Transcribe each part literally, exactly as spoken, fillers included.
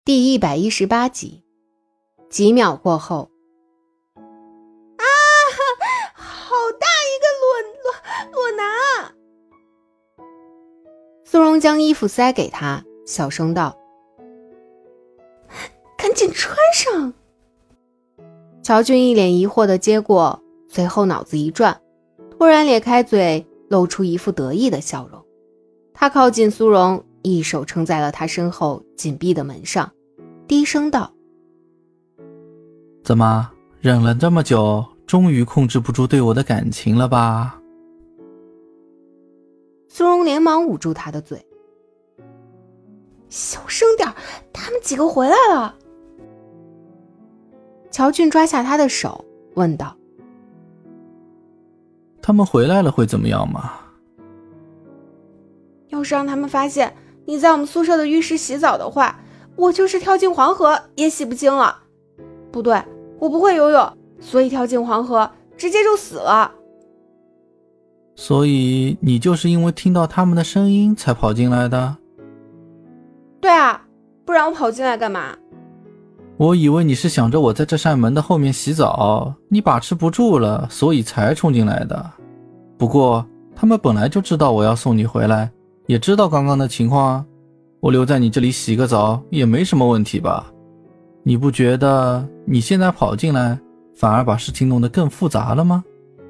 第一百一十八集。几秒过后， 啊，好大一个裸裸裸男啊！ 苏荣将衣服塞给他，小声道： 赶紧穿上。 乔俊一脸疑惑地接过，随后脑子一转，突然咧开嘴，露出一副得意的笑容。他靠近苏荣，一手撑在了他身后紧闭的门上，低声道： 怎么忍了这么久，终于控制不住对我的感情了吧？ 苏荣连忙捂住他的嘴： 小声点，他们几个回来了。 乔俊抓下他的手问道： 他们回来了会怎么样吗？ 要是让他们发现你在我们宿舍的浴室洗澡的话，我就是跳进黄河也洗不清了。不对，我不会游泳，所以跳进黄河直接就死了。 所以你就是因为听到他们的声音才跑进来的？ 对啊，不然我跑进来干嘛？ 我以为你是想着我在这扇门的后面洗澡，你把持不住了，所以才冲进来的。不过他们本来就知道我要送你回来，也知道刚刚的情况啊，我留在你这里洗个澡也没什么问题吧？你不觉得你现在跑进来反而把事情弄得更复杂了吗？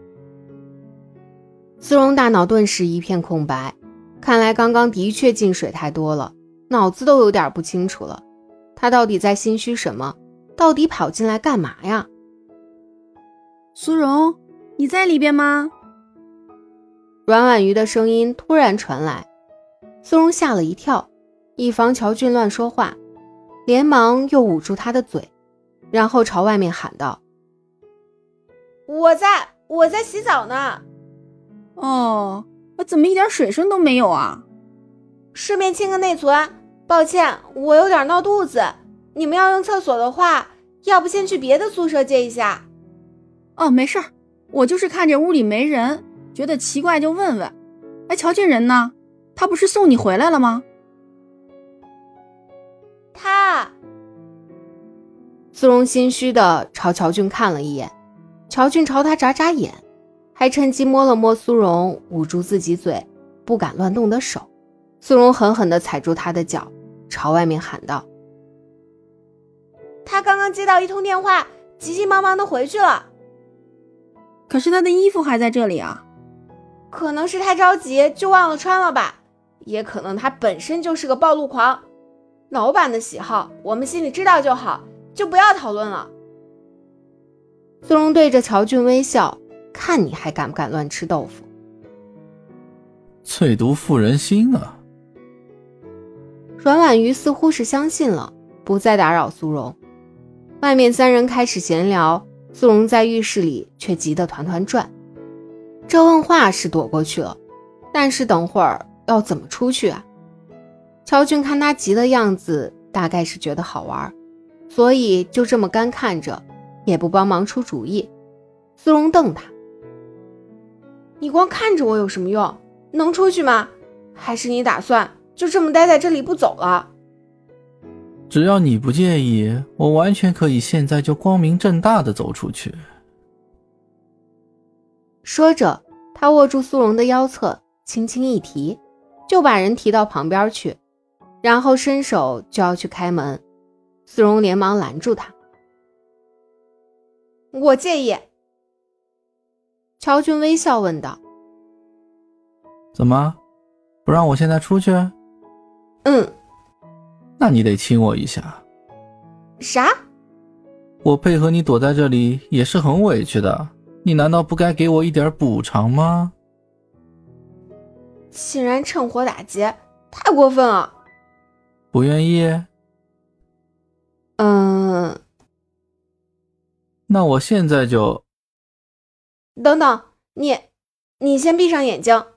苏荣大脑顿时一片空白，看来刚刚的确进水太多了，脑子都有点不清楚了。他到底在心虚什么？到底跑进来干嘛呀？ 苏荣，你在里边吗？ 阮婉瑜的声音突然传来，苏荣吓了一跳，以防乔俊乱说话，连忙又捂住他的嘴，然后朝外面喊道： 我在我在洗澡呢。 哦，怎么一点水声都没有啊？ 顺便清个内存，抱歉，我有点闹肚子，你们要用厕所的话，要不先去别的宿舍借一下。 哦，没事儿，我就是看见屋里没人，觉得奇怪就问问。哎，乔俊人呢？他不是送你回来了吗？ 他…… 苏荣心虚地朝乔俊看了一眼，乔俊朝他眨眨眼，还趁机摸了摸苏荣捂住自己嘴不敢乱动的手。苏荣狠狠地踩住他的脚，朝外面喊道： 他刚刚接到一通电话，急急忙忙地回去了。 可是他的衣服还在这里啊。 可能是太着急就忘了穿了吧，也可能他本身就是个暴露狂。老板的喜好我们心里知道就好，就不要讨论了。 苏荣对着乔俊微笑，看你还敢不敢乱吃豆腐。 淬毒妇人心啊。 阮婉瑜似乎是相信了，不再打扰苏荣。外面三人开始闲聊，苏荣在浴室里却急得团团转。这问话是躲过去了，但是等会儿要怎么出去啊？乔俊看他急的样子，大概是觉得好玩，所以就这么干看着，也不帮忙出主意。苏荣瞪他： 你光看着我有什么用？能出去吗？还是你打算就这么待在这里不走了？ 只要你不介意，我完全可以现在就光明正大的走出去。 说着，他握住苏荣的腰侧，轻轻一提，就把人提到旁边去，然后伸手就要去开门。苏荣连忙拦住他： 我介意。 乔俊微笑问道： 怎么，不让我现在出去？ 嗯。 那你得亲我一下。 啥？ 我配合你躲在这里也是很委屈的，你难道不该给我一点补偿吗？ 竟然趁火打劫，太过分了。 不愿意？ 嗯。 那我现在就…… 等等，你你先闭上眼睛。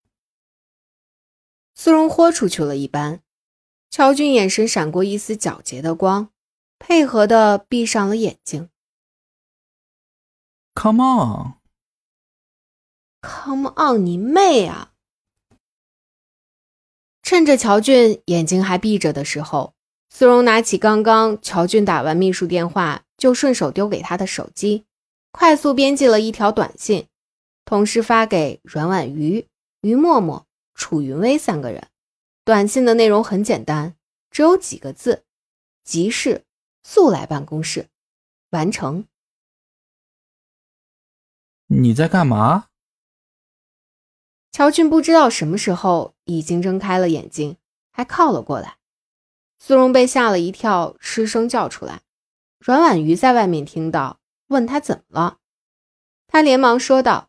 苏荣豁出去了一般，乔俊眼神闪过一丝皎洁的光，配合的闭上了眼睛。 Come on Come on 你妹啊！趁着乔俊眼睛还闭着的时候， 苏荣拿起刚刚乔俊打完秘书电话就顺手丢给他的手机，快速编辑了一条短信，同时发给阮婉瑜、于默默、楚云薇三个人。短信的内容很简单，只有几个字：急事，速来办公室，完成。 你在干嘛？ 乔俊不知道什么时候已经睁开了眼睛，还靠了过来。苏荣被吓了一跳，失声叫出来。阮婉瑜在外面听到，问他怎么了。他连忙说道：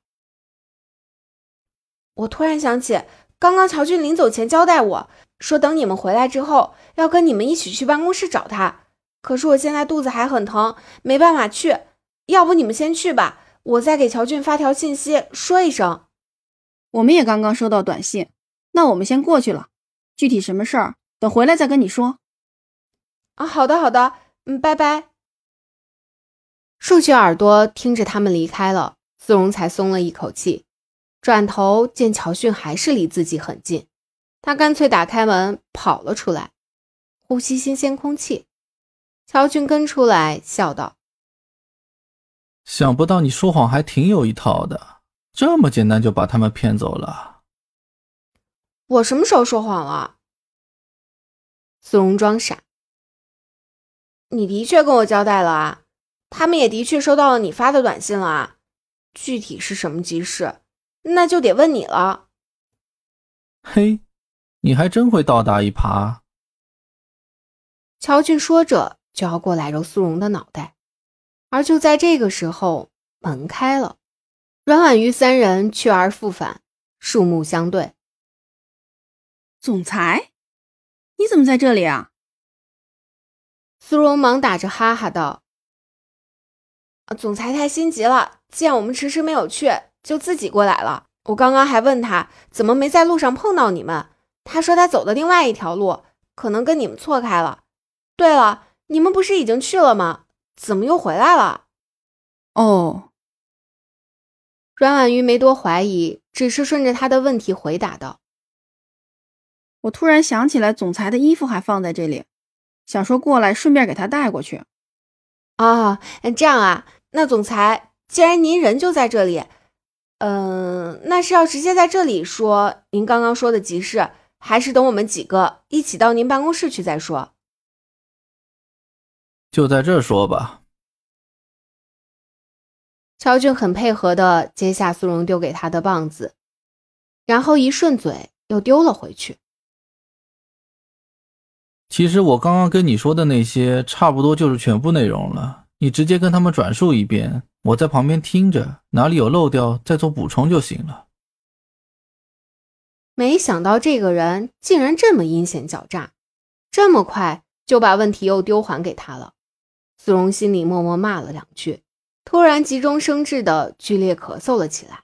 我突然想起，刚刚乔俊临走前交代我说，等你们回来之后要跟你们一起去办公室找他。可是我现在肚子还很疼，没办法去，要不你们先去吧，我再给乔俊发条信息说一声。 我们也刚刚收到短信，那我们先过去了，具体什么事儿等回来再跟你说。 啊，好的好的，嗯，拜拜。 竖起耳朵听着他们离开了，苏荣才松了一口气。转头见乔俊还是离自己很近，他干脆打开门跑了出来，呼吸新鲜空气。乔俊跟出来笑道： 想不到你说谎还挺有一套的，这么简单就把他们骗走了。 我什么时候说谎了？ 苏荣装傻： 你的确跟我交代了啊，他们也的确收到了你发的短信了啊，具体是什么急事，那就得问你了。 嘿，你还真会倒打一耙。 乔俊说着就要过来揉苏荣的脑袋，而就在这个时候，门开了，阮婉瑜三人去而复返，树目相对。 总裁，你怎么在这里啊？ 苏荣忙打着哈哈道： 总裁太心急了，见我们迟迟没有去，就自己过来了。我刚刚还问他怎么没在路上碰到你们，他说他走的另外一条路，可能跟你们错开了。对了，你们不是已经去了吗？怎么又回来了？ 哦， 阮婉瑜没多怀疑，只是顺着他的问题回答道： 我突然想起来总裁的衣服还放在这里，想说过来顺便给他带过去。 啊，这样啊，那总裁，既然您人就在这里，嗯、呃，那是要直接在这里说您刚刚说的急事，还是等我们几个一起到您办公室去再说？ 就在这说吧。 乔俊很配合地接下苏荣丢给他的棒子，然后一顺嘴又丢了回去。 其实我刚刚跟你说的那些差不多就是全部内容了，你直接跟他们转述一遍，我在旁边听着，哪里有漏掉再做补充就行了。 没想到这个人竟然这么阴险狡诈，这么快就把问题又丢还给他了。苏荣心里默默骂了两句，突然急中生智的剧烈咳嗽了起来。